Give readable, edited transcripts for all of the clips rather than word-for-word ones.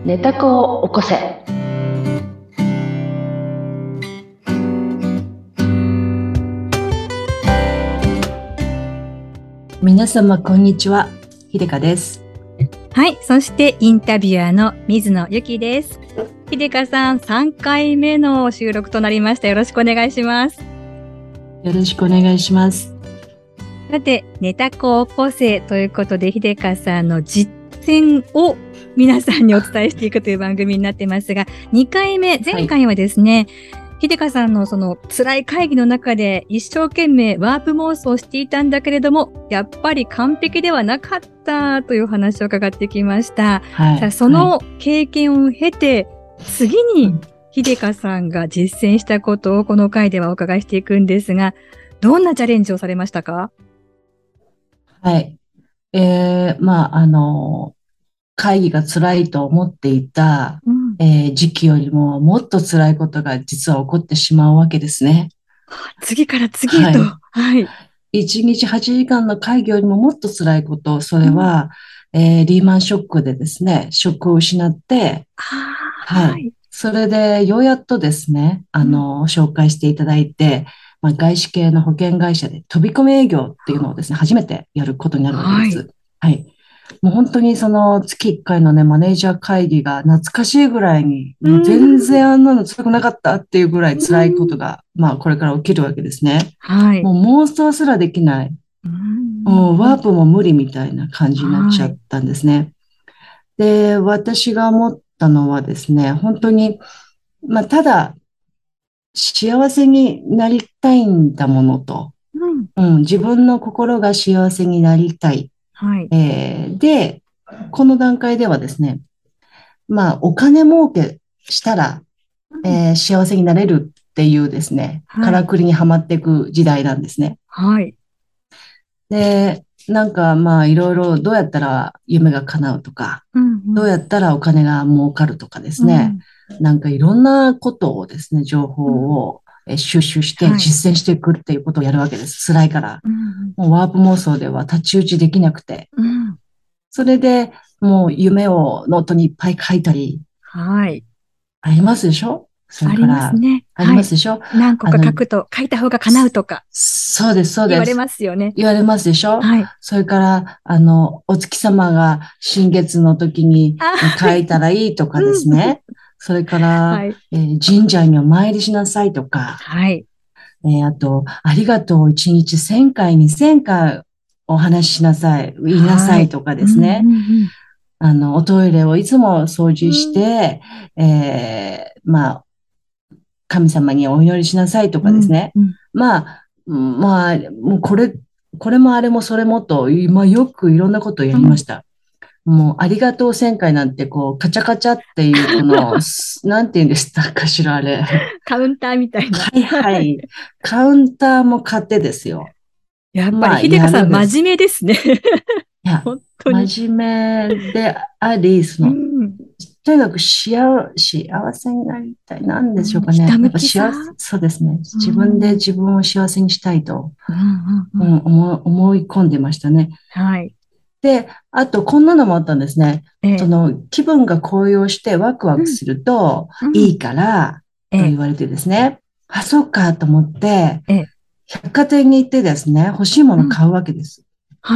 寝た子を起こせ。 皆様こんにちは、秀香です。 はい、そしてインタビュアーの水野由紀です。秀香さん、3回目の収録となりました。よろしくお願いします。 よろしくお願いします。 さて、寝た子を起こせということで、秀香さんの実践を皆さんにお伝えしていくという番組になってますが、2回目、前回はですね、秀香さんのその辛い会議の中で一生懸命ワープ妄想していたんだけれども、やっぱり完璧ではなかったという話を伺ってきました。さあ、その経験を経て、次に秀香さんが実践したことをこの回ではお伺いしていくんですが、どんなチャレンジをされましたか？ はい。会議が辛いと思っていた、時期よりももっと辛いことが実は起こってしまうわけですね。 次から次へと。 はい。1日8時間の会議よりももっと辛いこと、それは、リーマンショックでですね、職を失って、はい。それで、ようやっとですね、紹介していただいて、外資系の保険会社で飛び込み営業っていうのをですね、初めてやることになるわけです。はい。もう本当にその月1回のね、マネージャー会議が懐かしいぐらいに、もう全然あんなの辛くなかったっていうぐらい辛いことが、これから起きるわけですね。はい。もう妄想すらできない。ワープも無理みたいな感じになっちゃったんですね。で、私が思ったのはですね、本当に、ただ、幸せになりたいんだものと、自分の心が幸せになりたい。で、この段階ではですね、お金儲けしたら、幸せになれるっていうですね、からくりにはまっていく時代なんですね。で、いろいろどうやったら夢が叶うとか、どうやったらお金が儲かるとかですね、いろんなことをですね、情報を収集して実践していくっていうことをやるわけです。辛いから。もうワープ妄想では太刀打ちできなくて。それでもう夢をノートにいっぱい書いたり。ありますでしょ？それから。ありますね。ありますでしょ？ 何個か書くと書いた方が叶うとか。 そうです、そうです。 言われますよね。 言われますでしょ？それから、お月様が新月の時に書いたらいいとかですね。それから、神社にお参りしなさいとか。あと、ありがとうを1日1000回、2000回お話ししなさい、言いなさいとかですね。おトイレをいつも掃除して、神様にお祈りしなさいとかですね。もうこれもあれもそれもと、よくいろんなことをやりました。もう、ありがとう1000回なんて、カチャカチャっていう、なんて言うんでしたかしら、あれ。 カウンターみたいな。 はいはい。カウンターも買ってですよ。 やっぱり、秀香さん、真面目ですね。 いや、真面目であり、とにかく幸せになりたい。なんでしょうかね。やっぱそうですね。自分で自分を幸せにしたいと、思い込んでましたね。で、あと、こんなのもあったんですね。気分が高揚してワクワクするといいから、と言われてですね。あ、そうかと思って、百貨店に行ってですね、欲しいものを買うわけです。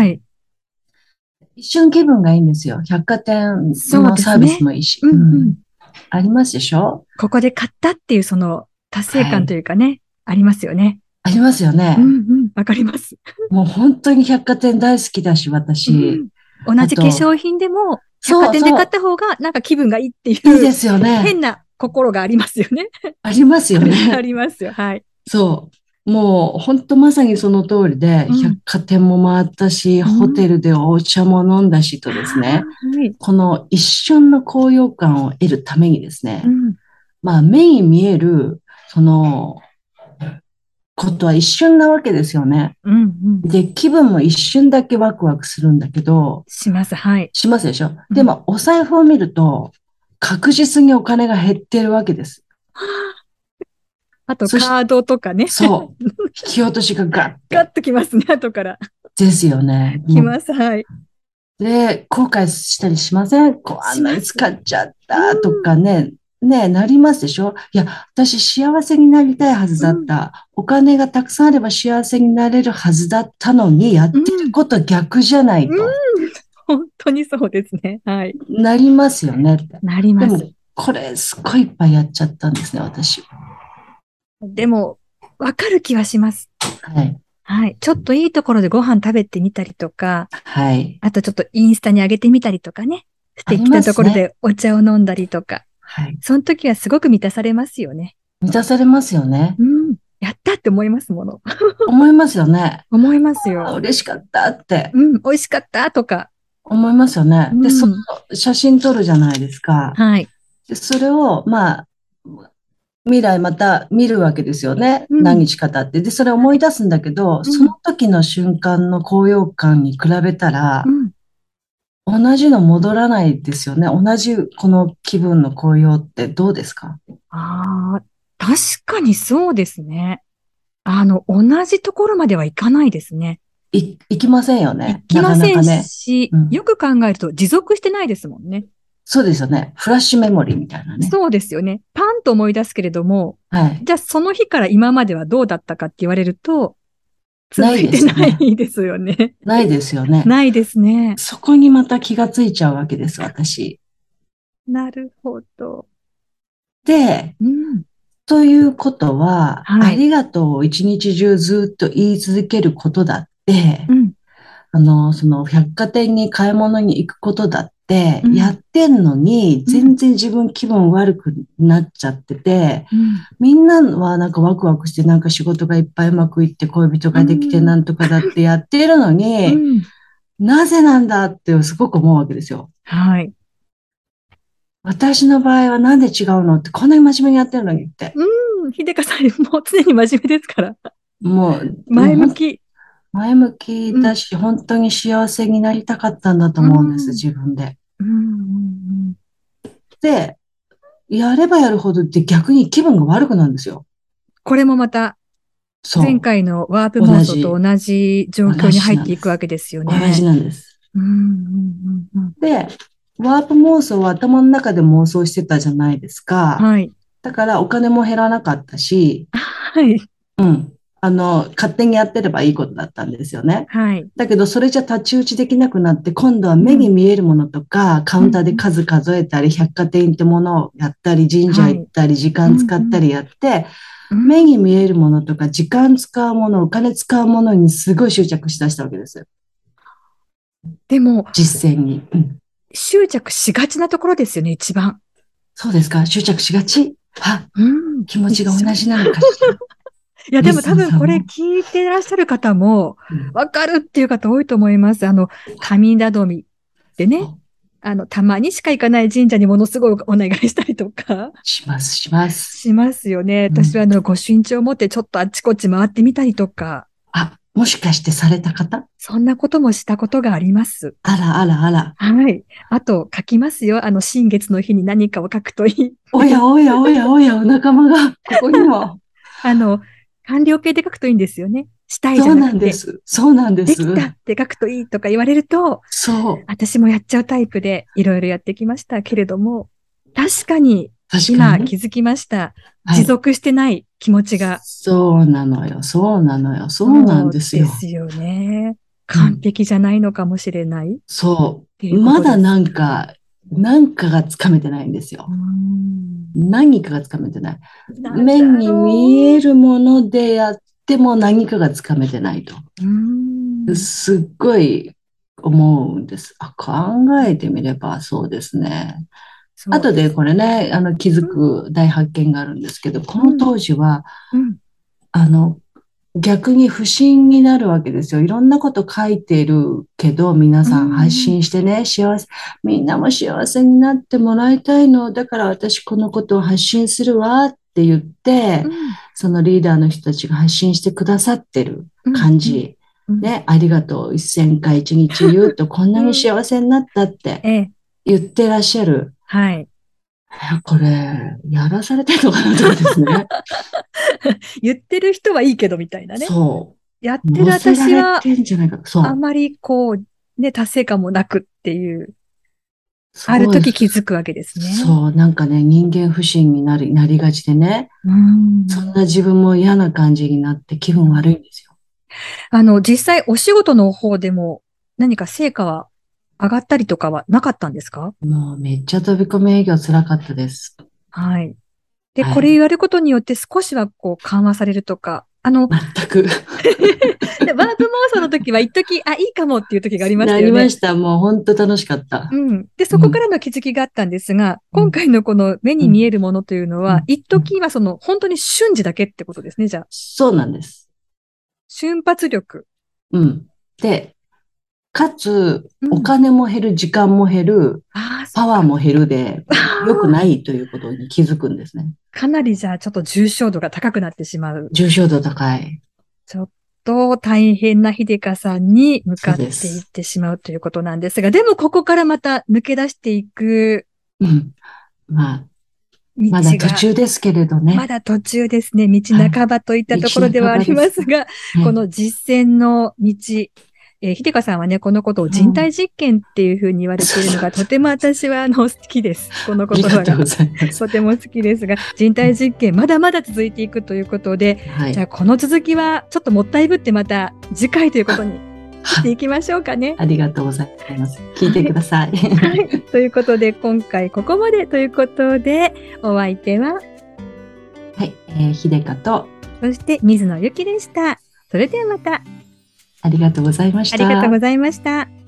一瞬気分がいいんですよ。百貨店のサービスもいいし。ありますでしょ？ ここで買ったっていうその達成感というかね、ありますよね。 ありますよね。 わかります。 もう本当に百貨店大好きだし、私。 同じ化粧品でも、百貨店で買った方がなんか気分がいいっていう。 いいですよね。 変な心がありますよね。 ありますよね。 ありますよ。はい。 そう。もう本当まさにその通りで、百貨店も回ったし、ホテルでお茶も飲んだしとですね、この一瞬の高揚感を得るためにですね、目に見える、ことは一瞬なわけですよね。で、気分も一瞬だけワクワクするんだけど、 します、はい。 しますでしょ？でも、お財布を見ると、確実にお金が減っているわけです。 あと、カードとかね。 そう。引き落としがガッて。 ガッときますね、後から。 ですよね。 きます、はい。 で、後悔したりしません？あんなにします。 使っちゃっうたとん、 かね、ね、なりますでしょ？いや、私幸せになりたいはずうん、 だった。お金がたくさんあれば幸せになれるはずだったのに、やってるうん、 こと逆じゃないうん、 と。 本当にそうですね。はい。 なりますよねって。 なります。 でも、これすっごいいっぱいやっちゃったんですね、私。 でも、わかる気はします。 はい。 はい。ちょっといいところでご飯食べてみたりとか、 はい。 あとちょっとインスタに上げてみたりとかね。素あり敵なところますね。 でお茶を飲んだりとか。 はい。 その時はすごく満たされますよね。 満たされますよね。 うん。やったって思いますもの。 思いますよね。 思いますあ、 よ。 嬉しかったってうん。美味しかったとか。 思いますようね。で、そん。 の写真撮るじゃないですか。 はい。 で、それを、まあ、未来また見るわけですよね。 うん。 何日か経って。で、それをはい。 思い出すんだけど、そのうん。 時の瞬間の高揚感に比べたら、 うん。 同じの戻らないですよね。同じこの気分の高揚ってどうですか？ ああ、確かにそうですね。同じところまではいかないですね。 いきませんよいね。なかきませんなかね。 し、 うん。 よく考えると持続してないですもんね。 そうですよね。フラッシュメモリーみたいなね。 そうですよね。パンと思い出すけれども、 はい。 じゃあその日から今まではどうだったかって言われると、 ないで続いてなすよね。 いですよね。 ないですよね。 ないですね。 そこにまた気がついちゃうわけです、私。 なるほど。 で、 うん。 ということは、 はい。 ありがとうを一日中ずっと言い続けることだって、 うん。 その百貨店に買い物に行くことだって、 うん。 やってんのに、 うん。 全然自分気分悪くなっちゃってて、 うん。 みんなはなんかワクワクしてなんか仕事がいっぱいうまくいって恋人うができてん。 なんとかだってやってるのに、 うん。 なぜなんだってすごく思うわけですよ。 はい。 私の場合はなんで違うのって、こんなに真面目にやってるのにって。 うん。秀香さん、もう常に真面目ですから。 もう本当前向き。 前向きうん。 だし、本当に幸せになりたかったんだとう思うんです、 ん。 自分で。 うん。うん。 で、やればやるほどって逆に気分が悪くなるんですよ。 これもまた前そ回のワープう。 妄想と同じ状同況に入っていくわじなんです。 けですよ同じね。 なんです。 うん。うん。うん。 で、ワープ妄想は頭の中で妄想してたじゃないですか。 はい。 だからお金も減らなかったし、 はい。 うん。勝手にやってればいいことだったんですよね。 はい。 だけど、それじゃ太刀打ちできなくなって、今度は目にうん。 見えるものとか、カウンターでうん。 数数えたり、百貨店行ってものをやったり、神社はい。 行ったり、時うん。うん。 間使ったりやって、 う目に見ん。 えるものとか、時間使うもの、お金使うものにすごい執着しだしたわけです。 でも、 実践に。うん。 執着しがちなところですよね、一番。 そうですか？執着しがち？あ、 うん。 気持ちが一番。 同じなのかしら。 いや、でもリス多分これンさんも。 聞いてらっしゃる方も、 うん。 わかるっていう方多いと思います。神頼みでね、たまにしか行かない神社にものすごいお願いしたりとかします、します。 しますよね。私はうん。 御朱印帳を持ってちょっとあっちこっち回ってみたりとか、 あ、もしかしてされた方？ そんなこともしたことがあります。 あらあらあら。 はい。あと、書きますよ。新月の日に何かを書くといいって言っおやおやおて。 やおや、お仲間がここにも。 あの、完了形で書くといいんですよね。したいじゃそうななくて、 んです。そうなんです。 できたって書くといいとか言われると、 そう。 私もやっちゃうタイプでいろいろやってきましたけれども、確かに確かに。 今気づきました。持はい。 続してない気持ちが。 そうなのよ。そうなのよ。そうなんそうですよ。 ですよね。完うん。 璧じゃないのかもしれないっそていう。 うことでまだなすよね。 んか、なんかがつかめてないんですうーよ。 ん。 何かがつかめてない。目なんだに見えろるものでやっても何かがつかめてないと。 う。うーん。 すっごい思うんです。あ、考えてみればそうですね。後でそうです。 これね、気づうん。 く大発見があるんですけど、このうん。 当時は、 うん。 あの、逆に不審になるわけですよ。いろんなこと書いてるけど、皆うさん配ん。 信してね、みんなも幸せになってもらいたいの。だから私このことを発信するわって言って、 うん。 そのリーダーの人たちが発信してくださってるうん。うん。 感じ。 うん。 ね、ありがとう。1000回1日言うとこんなにうん。 幸せになったってええ。 言ってらっしゃる。 はい。 これ、やらされてるのかなとかですね。 言ってる人はいいけどみたいなね。 そう。 やってる乗せら私はれてんじゃないか。そう。 あまりこう、 ね、達成感もなくっていう、 そうある時気づくわけですね。 そう、なんかね、人間不信になりがちでね、そんな自分も嫌な感じになって気分悪いんですよ。 実際お仕事の方でも何か成果は上がったりとかはなかったんですか？ もうめっちゃ飛び込み営業辛かったです。 はい。で、 はい。 これ言われることによって少しはこう緩和されるとか、 全くでワープ妄想の時は一時、あ、いいかもっていう時がありましたなよね。 りました。もう本当楽しかった。 うん。で、そうん、 こからの気づきがあったんですが、 うん、 今回のこの目うん、 に見えるものというのは、 うん、 一うん。 時はその本当に瞬時だけってことですね、じゃあ。 そうなんです。 瞬発力。 うん。で、かつ、おうん。 金も減る、時間も減る、 ああ、そっか。 パワーも減るで、 あ良くあ、 ないということに気づくんですね。 かなりじゃあちょっと重症度が高くなってしまう。 重症度高い。 ちょっと大変な秀香さんに向そうかっていっです。 てしまうということなんですが、でもここからまた抜け出していくうん。まあ、 道まだ途が、 中ですけれどね。 まだ途中ですね。道はい。 半ばといったところ道ではあり半ばです。 ますが、 はい。 この実践の道、秀香さんはね、このことを人体うん。 実験っていうふうに言われているのが、 そうそうとても私は好きです。このあり言葉が。 がとうございます。 とても好きですが、人体実験まだまだ続いていくということで、じゃあはい。 この続きはちょっともったいぶってまた次回ということにしはい。 ていきましょうかね。 ありがとうございます。聞いてくはい。 ださい。 はい。ということで、今回ここまでということで、お相手は、 はい。秀香と、 そして水野ゆきでした。それではまた、 ありがとうございましありがとうた。 ございました。